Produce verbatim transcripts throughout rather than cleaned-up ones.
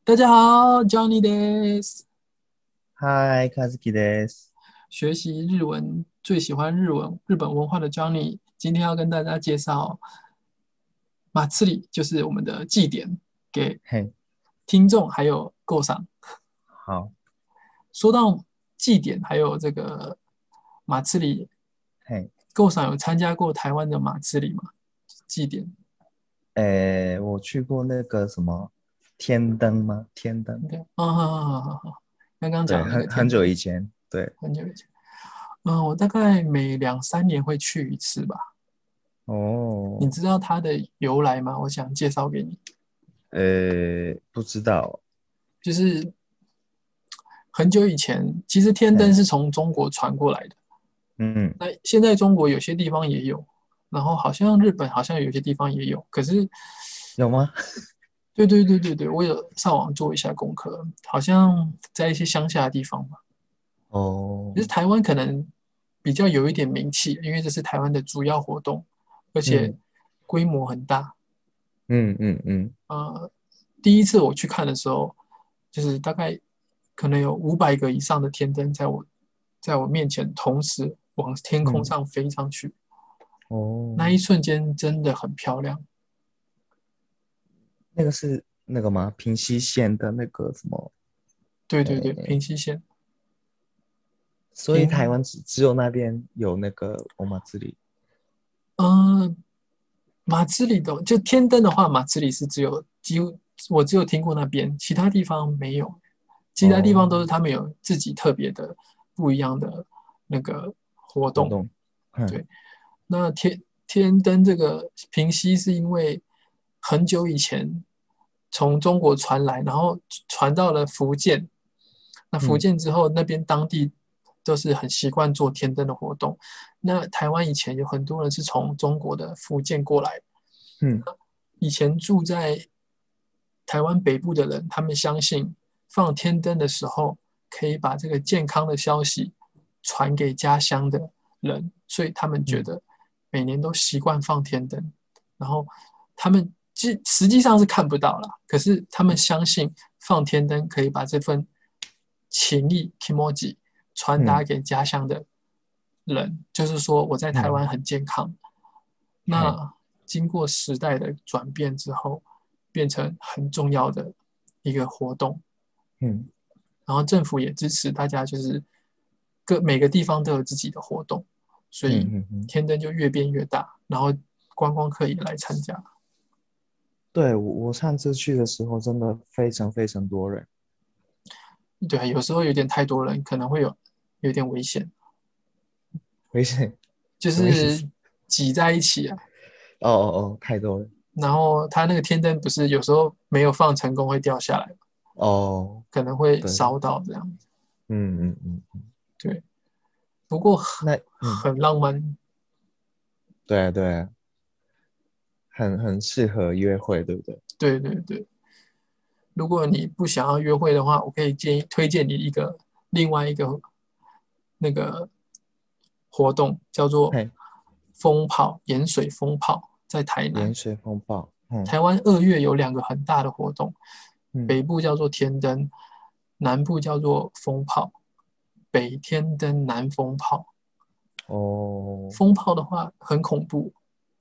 大家好，Johnny です。 嗨，カズキです。 学习日文最喜欢日文日本文化的 Johnny，今天要跟大家介绍马刺里，就是我们的祭典，给嘿， 听众还有购赏。 好， 说到祭典，还有这个马刺里， 嘿， 购赏有参加过台湾的马刺里吗？祭典， 诶，我去过那个什么天灯吗？天灯， 对，啊，好好好好，刚刚对， 讲的那很很久个天灯， 以前，对， 很久以前，嗯，我大概每两三年会去一次吧。你哦， 知道它的由来吗？我想介绍给你， 呃，不知道， 就是很久以前，其实天灯嘿， 是从中国传过来的。 嗯， 那现在中国有些地方也有，然后好像日本好像有些地方也有。可是， 有吗？ 对对对对对，我有上网做一下功课，好像在一些乡下的地方吧。 哦， 其实台湾可能比较有一点名气，因为这是台湾的主要活动，而且嗯规模很大。 嗯嗯嗯呃，第一次我去看的时候，就是大概可能有五百个以上的天灯在我在我面前同时往天空嗯， 上飞上去， 哦， 那一瞬间真的很漂亮。 那个是那个吗？平西县的那个什么？ 对对对， 诶， 平西县所以台平， 湾只只有那边有那个欧马之里。 嗯、马兹里的就天灯的话，马兹里是只有几乎我只有听过那边，其他地方没有，其他地方都是哦， 他们有自己特别的不一样的那个活动。 活动，哼， 对，那天天灯这个平息是因为很久以前从中国传来，然后传到了福建。那福嗯建之后，那边当地都是很习惯做天灯的活动。那台湾以前有很多人是从中国的福建过来， 嗯以前住在台湾北部的人，他们相信放天灯的时候可以把这个健康的消息传给家乡的人，所以他们觉嗯得每年都习惯放天灯。然后他们实实际上是看不到啦，可是他们相信放天灯可以把这份情谊 kimoji 传达嗯给家乡的人，就是说我在台湾嗯， 很健康。 嘿。 那经过时代的转变之后，变成很重要的一个活动。 嗯然后政府也支持大家，就是各每个地方都有自己的活动，所以嗯嗯嗯， 天灯就越变越大，然后观光客也来参加。 对，我我上次去的时候，真的非常非常多人， 对啊，有时候有点太多人，可能会有有点危险， 危险， 就什么意思？ 是挤在一起啊。 哦哦哦，太多了， 然后它那个天灯不是有时候没有放成功会掉下来， 哦， 可能会对， 烧到这样。 嗯嗯嗯嗯， 对，不过很那嗯， 很浪漫。 对啊对啊，很很适合约会，对不对？ 对对对，如果你不想要约会的话，我可以建议推荐你一个另外一个那个活动，叫做嘿， 风炮，盐水风炮，在台南。 盐水风暴，嗯台湾二月有两个很大的活动， 嗯， 北部叫做天灯，南部叫做风炮。北天灯，南风炮。 哦， 风炮的话很恐怖，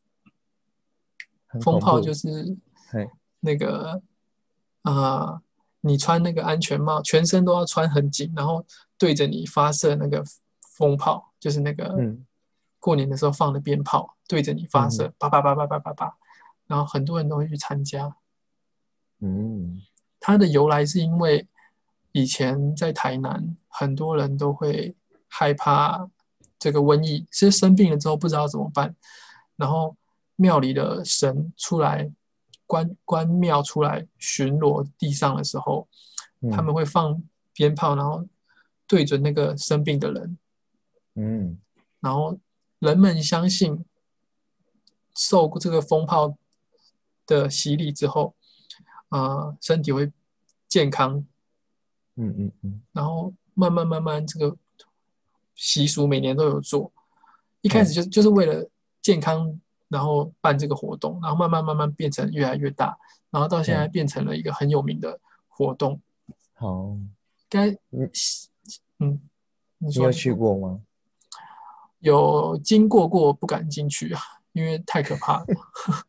很风炮就恐怖， 是嘿， 那个呃，你穿那个安全帽，全身都要穿很紧，然后对着你发射那个风炮，就是那个嗯过年的时候放的鞭炮，对着你发嗯射，叭叭叭叭叭叭叭，然后很多人都会去参加。 嗯它的由来是因为以前在台南，很多人都会害怕这个瘟疫，是生病了之后不知道怎么办，然后庙里的神出来，关关庙出来巡逻地上的时候，他嗯们会放鞭炮，然后对准那个生病的人， 嗯然后人们相信受过这个风炮的洗礼之后，呃，身体会健康， 嗯嗯嗯， 然后慢慢慢慢这个习俗每年都有做，一开始嘿， 就就是为了健康，然后办这个活动，然后慢慢慢慢变成越来越大，然后到现在嘿， 变成了一个很有名的活动， 好， 该你嗯，你你有去说你说过吗？ 有经过过，不敢进去啊，因为太可怕了。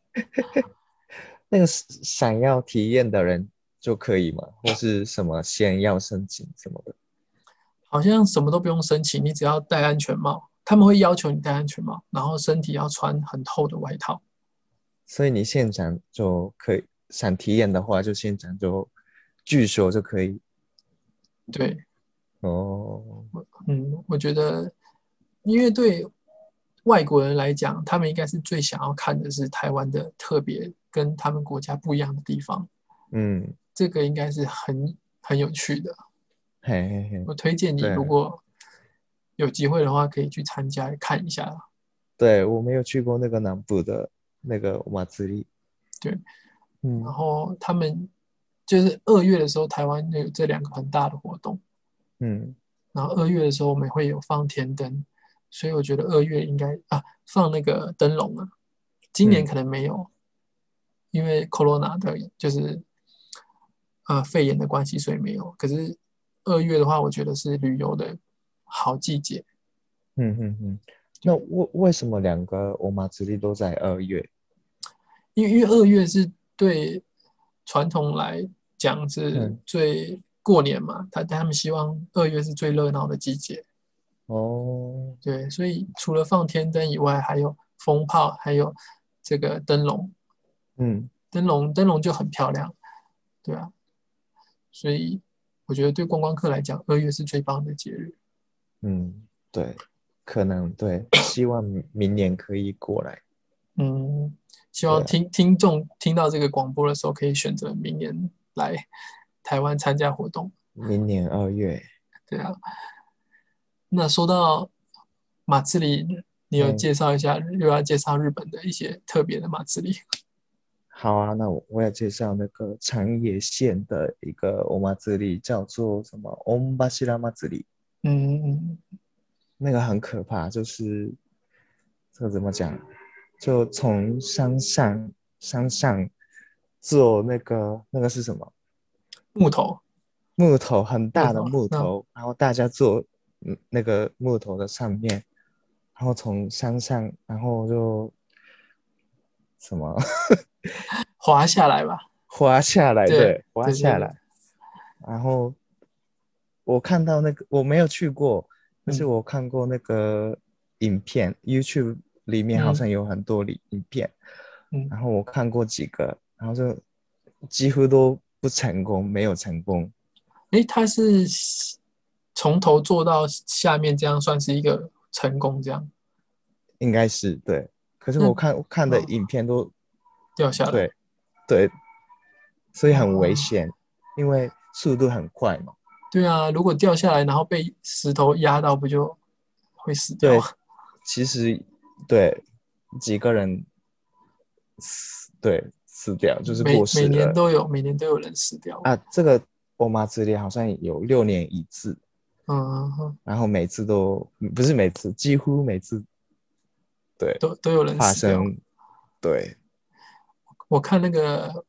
那个是想要体验的人就可以吗？或是什么先要申请什么的？ 好像什么都不用申请，你只要戴安全帽，他们会要求你戴安全帽，然后身体要穿很厚的外套。 所以你现场就可以，想体验的话，就现场就据说就可以。 对， 哦， 嗯，我觉得，因为对外国人来讲，他们应该是最想要看的是台湾的特别跟他们国家不一样的地方， 嗯， 这个应该是很很有趣的。 嘿嘿嘿， 我推荐你，如对果有机会的话，可以去参加看一下。 对，我没有去过那个南部的那个马自里。 对，然嗯后他们就是二月的时候，台湾有这两个很大的活动， 嗯然后二月的时候我们会有放天灯，所以我觉得二月应该啊放那个灯笼啊，今年嗯可能没有，因为 corona 的就是呃肺炎的关系，所以没有。可是二月的话，我觉得是旅游的好季节。 嗯嗯嗯。那对， 为为什么两个欧马自力都在二月？ 因为因为二月是对传统来讲是嗯， 最过年嘛，他他们希望二月是最热闹的季节。 哦， 对，所以除了放天灯以外，还有风炮，还有这个灯笼， 嗯灯笼灯笼就很漂亮，对啊，所以我觉得对观光客来讲，二月是最棒的节日。 嗯，对，可能对，希望明明年可以过来。 嗯，希对啊， 望听听众听到这个广播的时候，可以选择明年来台湾参加活动。 明年二月。 对啊，那说到马自里，你有嗯， 介绍一下，又要介绍日本的一些特别的马自里。 好啊，那我我要介绍那个长野县的一个欧马自力，叫做什么翁巴西拉马自力。 嗯嗯那个很可怕，就是这个怎么讲？就从山上山上坐那个那个是什么？ 木头木头很木头， 大的木那头，然后大家坐嗯那个木头的上面，然后从山上，然后就什么滑下来吧。 滑下来， 对对，滑对对对， 下来。然后我看到那个我没有去过，但是嗯我看过那个影片，YouTube 里面好嗯像有很多里影片， 嗯， 然后我看过几个，然后就几乎都不成功，没有成功。 诶，他是从头做到下面，这样算是一个成功，这样， 应该是对。可是那我看我看的哦影片都掉下来， 对对，所以很危哦， 险，因为速度很快嘛。 对啊，如果掉下来，然后被石头压到，不就会死掉对， 啊？ 其实对几个人死，对死掉就是过每每世了年都有，每年都有人死掉， 啊。这个欧马之恋好像有六年一次， 嗯，哼然后每次都不是每次，几乎每次对都都有人死掉。 发生，对， 我看那个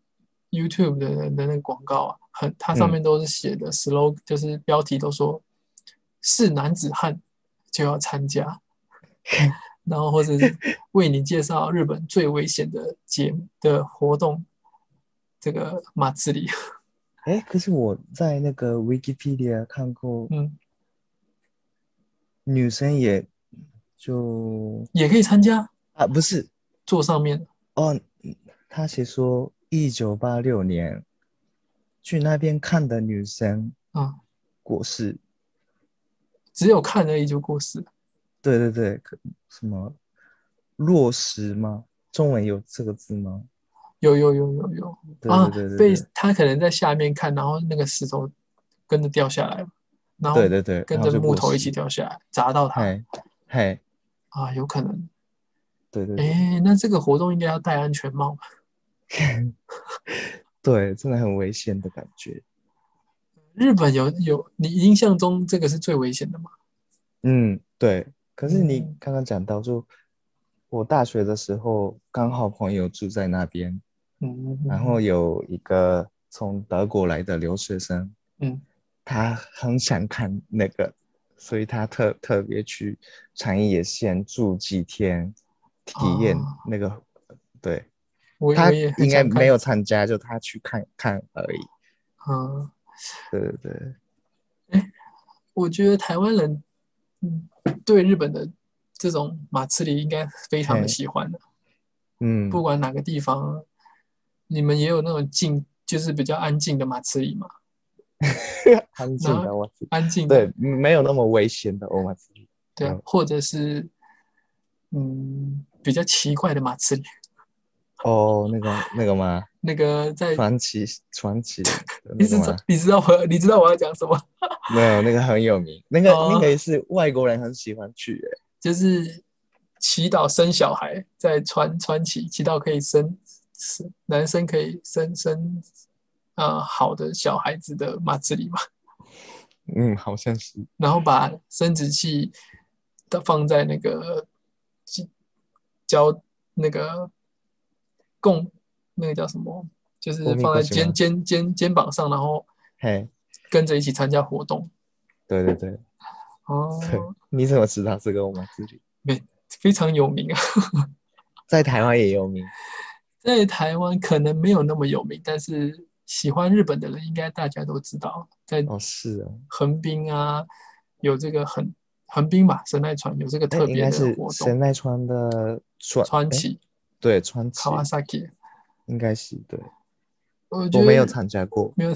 YouTube 的的那个广告啊，很，它上嗯， 面都是写的 slogan，就是标题都说是男子汉就要参加，然后或者是为你介绍日本最危险的节的活动，这个马自里， 哎，可是我在那个 Wikipedia 看过， 嗯， 女生也就也可以参加， 啊不是坐上面， 哦，他写说一九八六年去那边看的女生嗯， 过世。 只有看而已就过世了， 对对对，可什么落石吗？中文有这个字吗？ 有有有有有对啊， 对对对被对他可能在下面看，然后那个石头跟着掉下来，然后对对对， 跟着然后就木头一过世了。 起掉下来，砸到他嘿，嘿， 啊，有可能。 对对对诶，那这个活动应该要戴安全帽吧？ 对，真的很危险的感觉。 日本有有，你印象中这个是最危险的吗？ 嗯，对。可是你嗯刚刚讲到，就我大学的时候刚好朋友住在那边， 嗯然后嗯有一个从德国来的留学生， 嗯， 他很想看那个，所以他特特别去长野县住几天，体验啊， 那个。对，他我我也很应该没想看。 有参加，就他去看看而已。 嗯， 对对对， 我觉得台湾人，嗯，对日本的这种马刺里应该非常的嘿， 喜欢的，不嗯， 管哪个地方，你们也有那种静，就是比较安静的马刺里嘛， 安然后静的我自安静的， 对，没有那么危险的欧马自对啊， 有或者是嗯比较奇怪的马刺里， 哦，那个那个吗？ 那个在传奇传奇的你知道那个吗？ 你知道我你知道我要讲什么？ 没有，那个很有名，那个那个哦、 也是外国人很喜欢去诶。 就是祈祷生小孩，在传传奇祈祷可以生生男生可以生生呃好的小孩子的马自里嘛， 嗯，好像是。 然后把生殖器的放在那个交那个供那个叫什么，就是欧米放在肩伽西吗？ 肩肩肩膀上，然后嘿， 跟着一起参加活动。 对对对对， 哦， 你怎么知道这个欧马自里？ 非非常有名啊。 在台湾也有名。 在台湾可能没有那么有名，但是喜欢日本的人应该大家都知道，在哦，是哦。 横滨啊有这个横横滨吧，神奈川有这个哎， 特别应该是的活动， 神奈川的川，哎， 川崎对，川崎 Kawasaki， 应该是对， 我觉得我没有参加过。 没有，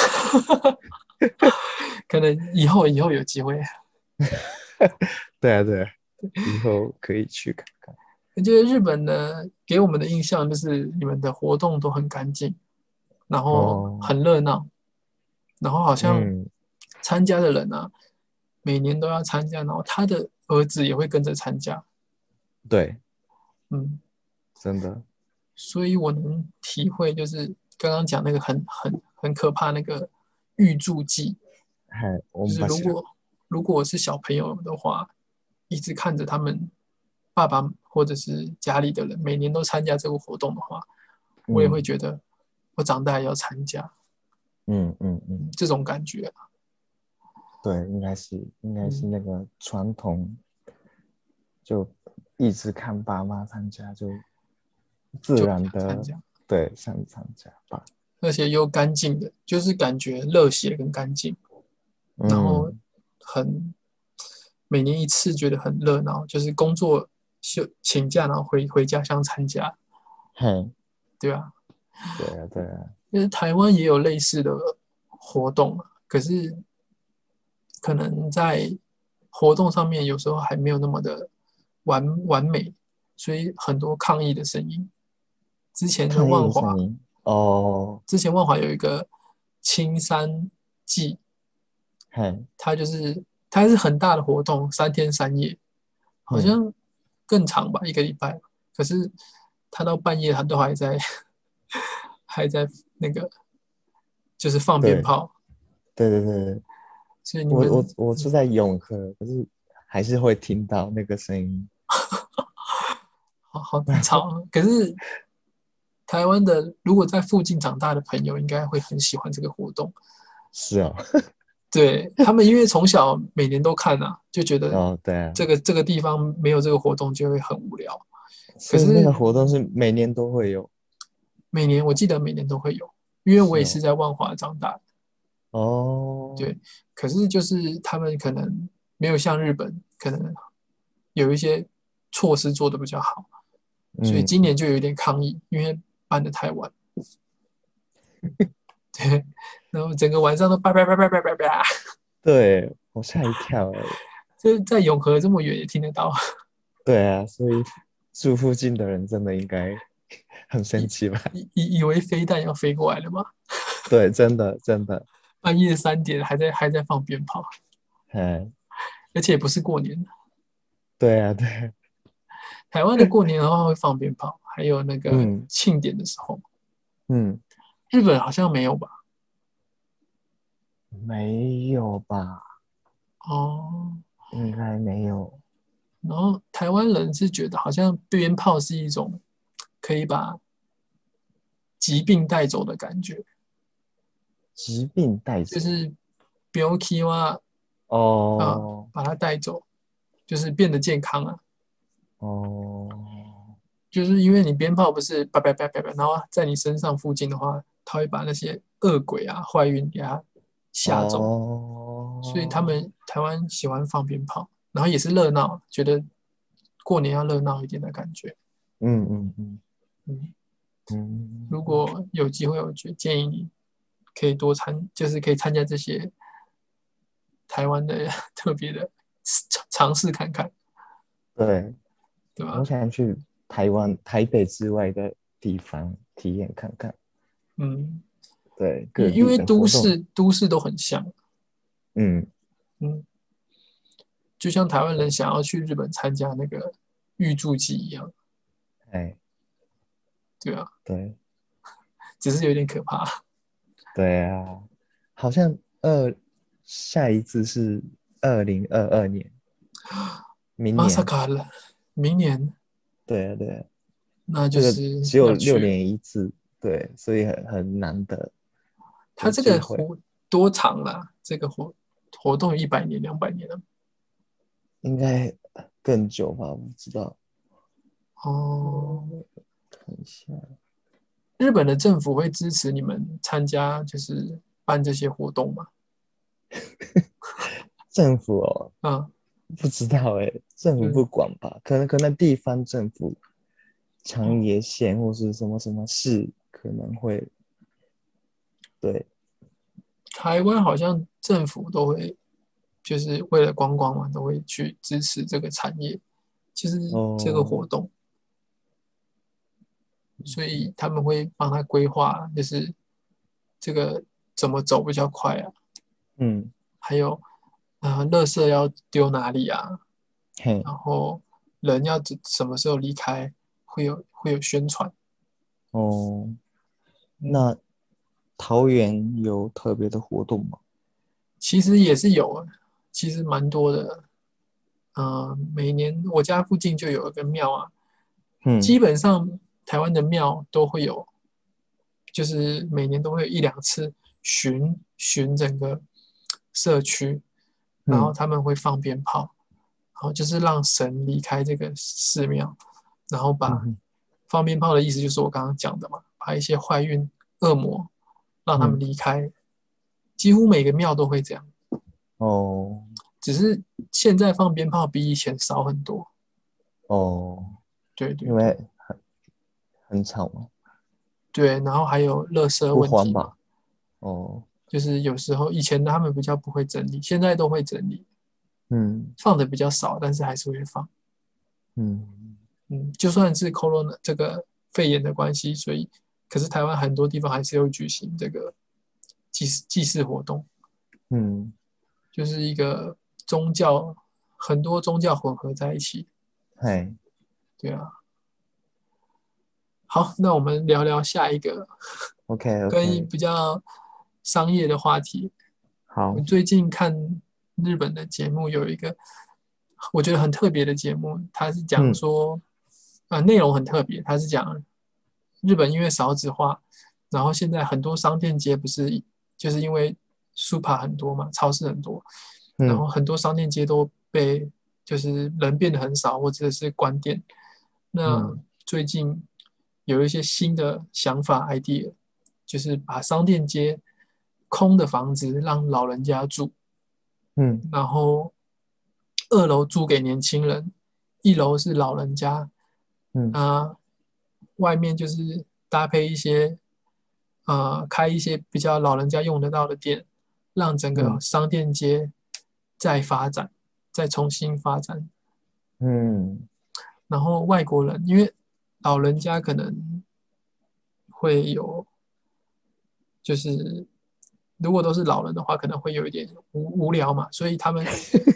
可能以后以后有机会。 对啊，对啊，以后可以去看看。 我觉得日本呢给我们的印象就是你们的活动都很干净，然后哦， 很热闹，然后好像嗯， 参加的人啊，每年都要参加，然后他的儿子也会跟着参加， 对， 嗯， 真的， 所以我能体会，就是刚刚讲那个很很很可怕那个预祝祭， 嗨，我就是们巴西人。 如果如果我是小朋友的话，一直看着他们爸爸或者是家里的人每年都参加这个活动的话，我也会嗯觉得我长大也要参加， 嗯嗯嗯， 嗯这种感觉啊， 对，应该是应该是嗯， 那个传统，就一直看爸妈参加，就自就然的想参加。 对想参加吧。 而且又干净的，就是感觉热血跟干净，然后嗯， 很每年一次，觉得很热闹，就是工作休请假，然后回回家乡参加， 嘿， 对吧？ 对啊对啊， 因为台湾也有类似的活动啊，可是可能在活动上面有时候还没有那么的完完美，所以很多抗议的声音。之前的抗议万华， 的声音哦， 之前万华有一个青山祭， 嘿， 它就是它是很大的活动，三天三夜，好嗯， 像更长吧，一个礼拜。可是它到半夜，它都还在还在那个就是放鞭对炮， 对对对对， 所以你我我们我住在永和，可是还是会听到那个声音。 好好很吵啊。可是台湾的如果在附近长大的朋友，应该会很喜欢这个活动。 是哦， 对他们，因为从小每年都看啊，就觉得哦对啊， 这个这个地方没有这个活动就会很无聊。可所以那个是活动是每年都会有。 每年我记得每年都会有，因为我也是是哦， 在万华长大的。 哦， 对，可是就是他们可能没有像日本，可能有一些措施做得比较好，所以今嗯， 年就有一点抗议，因为办得太晚。对，然后整个晚上都叭叭叭叭叭叭叭， 对，我吓一跳哎。 就在永和这么远也听得到， 对啊，所以住附近的人真的应该很生以气吧？ 以以以为飞弹要飞过来了嘛， 对，真的真的， 半夜三点还在还在放鞭炮， 哎， 而且也不是过年， 对啊，对， 台湾的过年的话会放鞭炮，还有那个嗯庆典的时候， 嗯， 日本好像没有吧？ 没有吧？ 哦， 应该没有。 然后台湾人是觉得好像鞭炮是一种可以把疾病带走的感觉， 疾病带走。 就是病気啊啊， 哦把它带走，就是变得健康啊。 哦就是因为你鞭炮不是叭叭叭叭叭，然后在你身上附近的话，它会把那些恶鬼啊、坏运给它吓走，所以他哦， 们台湾喜欢放鞭炮，然后也是热闹，觉得过年要热闹一点的感觉。 嗯嗯嗯嗯， 嗯， 如果有机会，我觉得建议你可以多参，就是可以参加这些台湾的特别的尝尝试看看， 对，我对吧？ 想去台湾台北之外的地方体验看看， 嗯， 对，各地因因为的活动。 都市都市都很像， 嗯， 嗯，就像台湾人想要去日本参加那个预祝祭一样， 哎， 对啊， 对只是有点可怕。 对啊，好像二下一次是二零二二年，明马萨年。 卡了，明年对啊，对啊， 那就这个是只有六要去了。 年一次，对，所以很很难得有它这机会。 个活多长啦？这个活活动一百年、两百年了。 应该更久吧？我不知道。 哦， 嗯，看一下。 日本的政府会支持你们参加，就是办这些活动吗？ 政府哦， 啊， 不知道哎，政府不就是管吧？可能可能地方政府、长哦， 野县或是什么什么市可能会对。 台湾好像政府都会，就是为了观光嘛，都会去支持这个产业，就是这个哦， 活动，所以他们会帮他规划，就是这个怎么走比较快啊， 嗯， 还有呃，垃圾要丢哪里啊， 嘿， 然后人要怎什么时候离开，会有会有宣传， 哦， 嗯， 那桃园有特别的活动吗？ 其实也是有啊，其实蛮多的，呃，每年我家附近就有一个庙啊， 嗯基本上台湾的庙都会有，就是每年都会有一两次巡巡整个社区，然后嗯他们会放鞭炮，然后就是让神离开这个寺庙，然后把嗯放鞭炮的意思就是我刚刚讲的嘛，把一些坏运恶魔让他们嗯， 离开，几乎每个庙都会这样， 哦只是现在放鞭炮比以前少很多。 哦， 对对对因为很很吵嘛， 对，然后还有垃圾不问题嘛， 环保。哦， 就是有时候以前他们比较不会整理，现在都会整理， 嗯放的比较少，但是还是会放。 嗯嗯，就算是 corona 这个肺炎的关系，所以可是台湾很多地方还是有举行这个祭祀祭祀活动， 嗯， 就是一个宗教很多宗教混合在一起。 嘿对啊，好，那我们聊聊下一个 ，OK 跟 OK， 比较商业的话题。我好， 最近看日本的节目，有一个我觉得很特别的节目，它是讲嗯说，呃，内容很特别，它是讲日本因为少子化，然后现在很多商店街不是就是因为 super 很多嘛，超市很多，然后嗯很多商店街都被就是人变得很少，或者是关店。那嗯最近有一些新的想法 idea，就是把商店街空的房子让老人家住， 嗯然后二楼租给年轻人，一楼是老人家， 嗯啊，外面就是搭配一些，呃，开一些比较老人家用得到的店，让整个嗯商店街再发展，再重新发展。 嗯然后外国人，因为老人家可能会有，就是如果都是老人的话，可能会有一点无无聊嘛，所以他们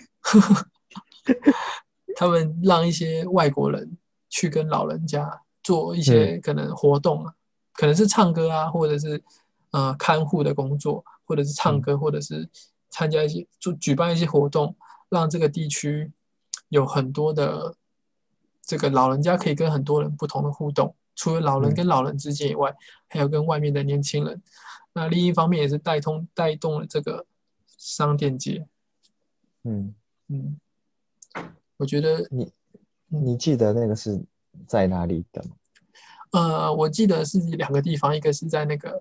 他们让一些外国人去跟老人家做一嗯些可能活动啊，可能是唱歌啊，或者是呃看护的工作，或者是唱嗯歌，或者是参加一些就举办一些活动，让这个地区有很多的这个老人家可以跟很多人不同的互动， 除了老人嗯跟老人之间以外，还有跟外面的年轻人。那另一方面也是带通带动了这个商店街。 嗯， 嗯，我觉得， 你嗯你记得那个是在哪里的吗？ 呃，我记得是两个地方，一个是在那个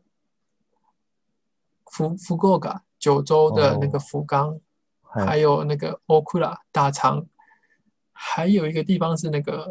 福福冈嘎九州的那个哦， 福冈，还嗨， 有那个 Okura 大仓，还有一个地方是那个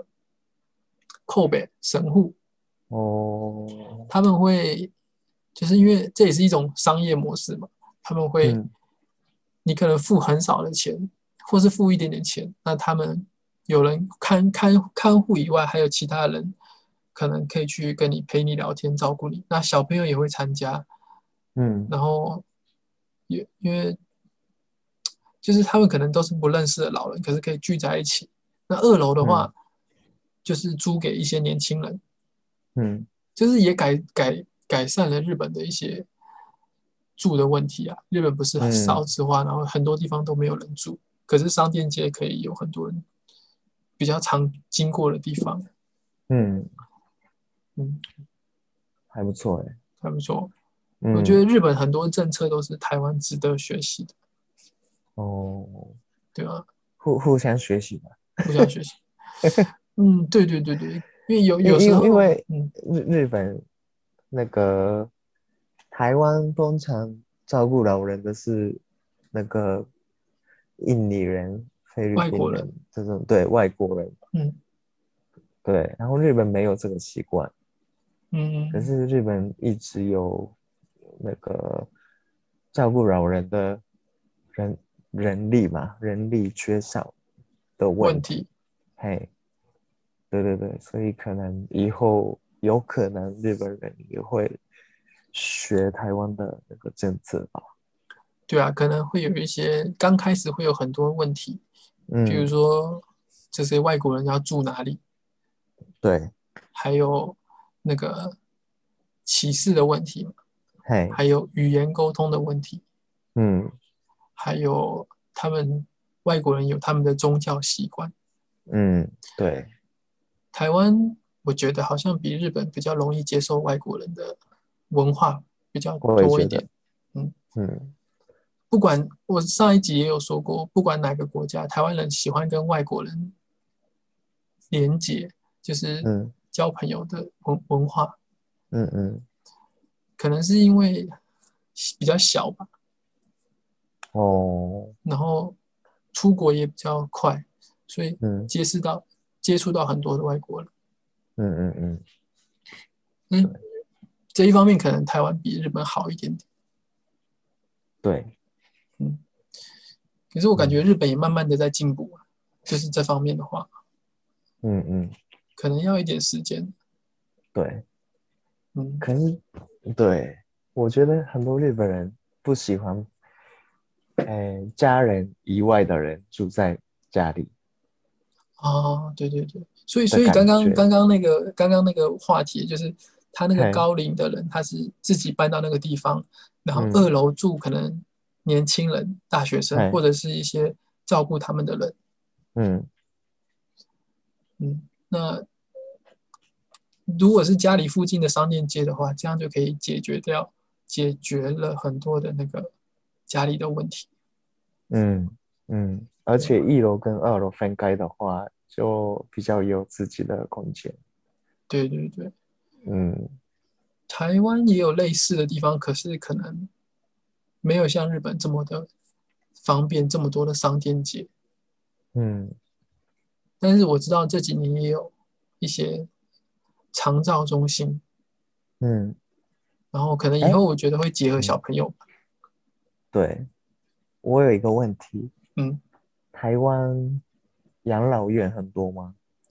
Kobe 神户。 哦， 他们会就是因为这也是一种商业模式嘛，他们会嗯你可能付很少的钱，或是付一点点钱，那他们有人看看看护以外，还有其他人可能可以去跟你陪你聊天，照顾你。那小朋友也会参加， 嗯然后也因为就是他们可能都是不认识的老人，可是可以聚在一起。那二楼的嗯话，就是租给一些年轻人， 嗯就是也改改改善了日本的一些住的问题啊。日本不是很少嗯子化，然后很多地方都没有人住，可是商店街可以有很多人比较常经过的地方。 嗯， 嗯， 还不错哎。 还不错。我觉嗯， 得日本很多政策都是台湾值得学习的， 哦， 对吧？ 互互相学习吧。 互相学习。嗯，对对对对，因为有因有时候， 因因为嗯， 日日本那个台湾通常照顾老人的是那个印尼人、菲律宾人外国人， 这种，对，外国人， 嗯对，然后日本没有这个习惯，可嗯， 是日本一直有那个照顾老人的人人力嘛，人力缺少的问题， 问题。 嘿，对对对，所以可能以后有可能日本人也会学台湾的那个政策吧。 对啊，可能会有一些刚开始会有很多问题，比如嗯， 说这些外国人要住哪里， 对， 还有那个歧视的问题嘛， 嘿， 还有语言沟通的问题， 嗯还有他们外国人有他们的宗教习惯。 嗯，对， 台湾我觉得好像比日本比较容易接受外国人的文化比较我也觉得， 多一点。嗯， 嗯不管我上一集也有说过，不管哪个国家，台湾人喜欢跟外国人连接，就是嗯交朋友的文文化， 嗯嗯， 可能是因为比较小吧， 哦， 然后出国也比较快，所以嗯接触到接触到很多的外国人。 嗯嗯嗯， 嗯， 对这一方面可能台湾比日本好一点点。 对， 嗯，可是我感觉嗯日本也慢慢的在进步啊，就是这方面的话， 嗯嗯， 可能要一点时间。 对。 嗯， 可是，对，我觉得很多日本人不喜欢，哎，家人以外的人住在家里啊，对对对，所以的所以刚感觉。 刚刚刚那个刚刚那个话题，就是他那个嘿， 高龄的人，他是自己搬到那个地方，然后嗯， 二楼住可能年轻人、大学生或嘿， 者是一些照顾他们的人。 嗯， 嗯，那如果是家里附近的商店街的话，这样就可以解决掉，解决了很多的那个家里的问题。 嗯，嗯，而对啊， 且一楼跟二楼分开的话，就比较有自己的空间。 对对对， 嗯台湾也有类似的地方，可是可能没有像日本这么的方便，这么多的商店街。 嗯但是我知道这几年也有一些长照中心， 嗯， 然后可能以哎， 后我觉得会结合小嗯， 朋友吧。 对，我有一个问题， 嗯台湾养老院很多吗？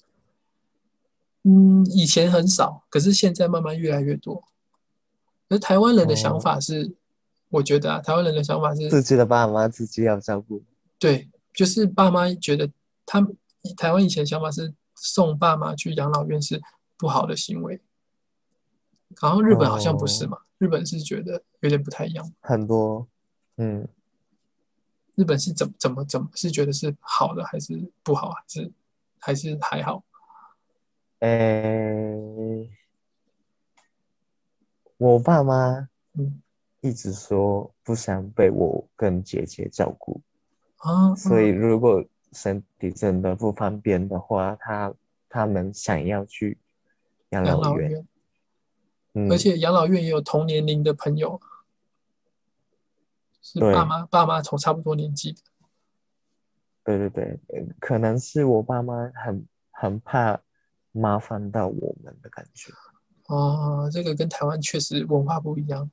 嗯，以前很少，可是现在慢慢越来越多。而台湾人的想哦， 法是，我觉得啊，台湾人的想法是， 自己的爸妈自己要照顾。 对，就是爸妈觉得他们台湾以前想法是送爸妈去养老院是不好的行为，然后日本好像不是哦， 嘛，日本是觉得有点不太一样。 很多，嗯， 日本是怎么怎么怎么是觉得是好的还是不好，还是还是还好？ 诶， 我爸妈嗯一直说不想被我跟姐姐照顾， 啊所以嗯， 如果身体真的不方便的话，他他们想要去养养老院。 老院，而嗯， 且养老院也有同年龄的朋友，是爸对妈爸妈同差不多年纪的。 对对对，呃可能是我爸妈很很怕麻烦到我们的感觉。 哦，这个跟台湾确实文化不一样。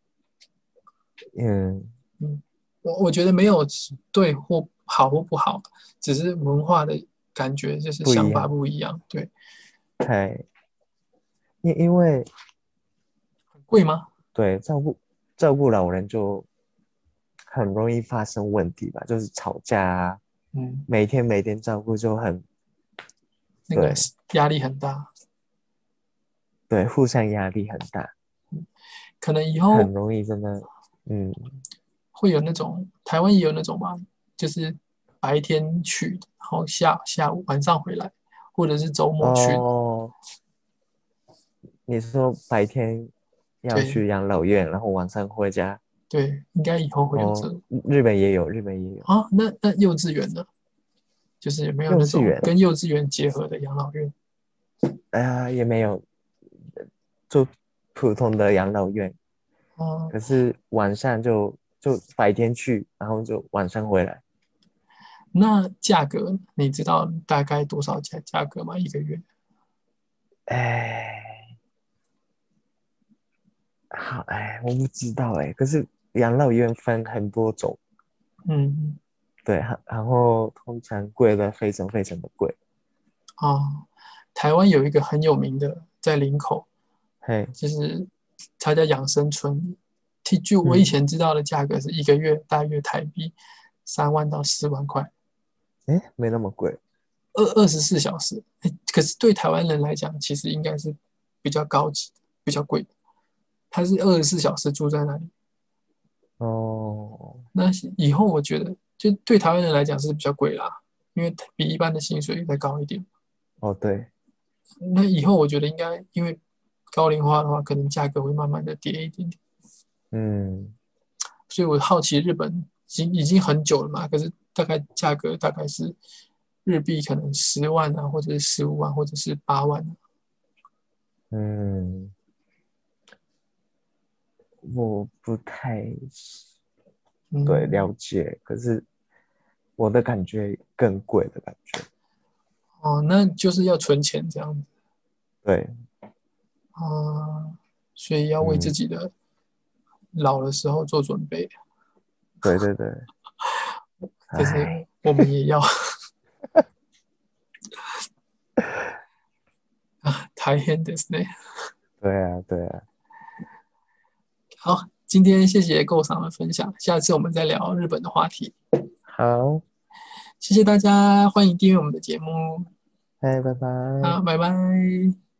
嗯， 嗯，我我觉得没有对或好或不好，只是文化的感觉，就是想法不一样。 不一样。对， 太因因为很贵吗？ 对照顾照顾老人就很容易发生问题吧，就是吵架啊， 嗯， 每天每天照顾就很那个对压力很大， 对，互相压力很大， 可能以后很容易真的。嗯， 会有那种台湾也有那种吧，就是白天去，然后下下午晚上回来，或者是周末去。 哦，你说白天要对去养老院，然后晚上回家。 对，应该以后会有这哦， 种日本也有，日本也有啊。那那幼稚园呢？就是有没有那幼稚园， 种跟幼稚园结合的养老院？ 啊、也没有，就普通的养老院， 哦， 可是晚上就就白天去，然后就晚上回来。 那价格你知道大概多少价价格吗？一个月？ 哎，好，哎，我不知道哎，可是养老院分很多种， 嗯， 对，然然后通常贵的非常非常的贵。 哦，台湾有一个很有名的，在林口， 嘿， 就是它叫养生村。据据我以嗯， 前知道的价格是一个月大约台币三万到四万块， 哎，没那么贵。 二二十四小时。诶可是对台湾人来讲，其实应该是比较高级的，比较贵的。它是二十四小时住在那里。 哦， 那以后我觉得，就对台湾人来讲是比较贵啦，因为比一般的薪水再高一点。 哦，对， 那以后我觉得应该，因为高龄化的话，可能价格会慢慢的跌一点点。 嗯所以我好奇日本已经已经很久了嘛，可是大概价格大概是日币可能十万啊，或者是十五万，或者是八万啊。 嗯，我不太对嗯， 了解，可是我的感觉更贵的感觉。 哦，那就是要存钱这样子对， 啊，所以要为自嗯， 己的老的时候做准备。 对对对， 可是哎， 我们也要啊，大変ですね。 对啊对啊， 好，今天谢谢构桑的分享，下次我们再聊日本的话题。 好， 谢谢大家，欢迎订阅我们的节目。 哎，拜拜。 好，拜拜。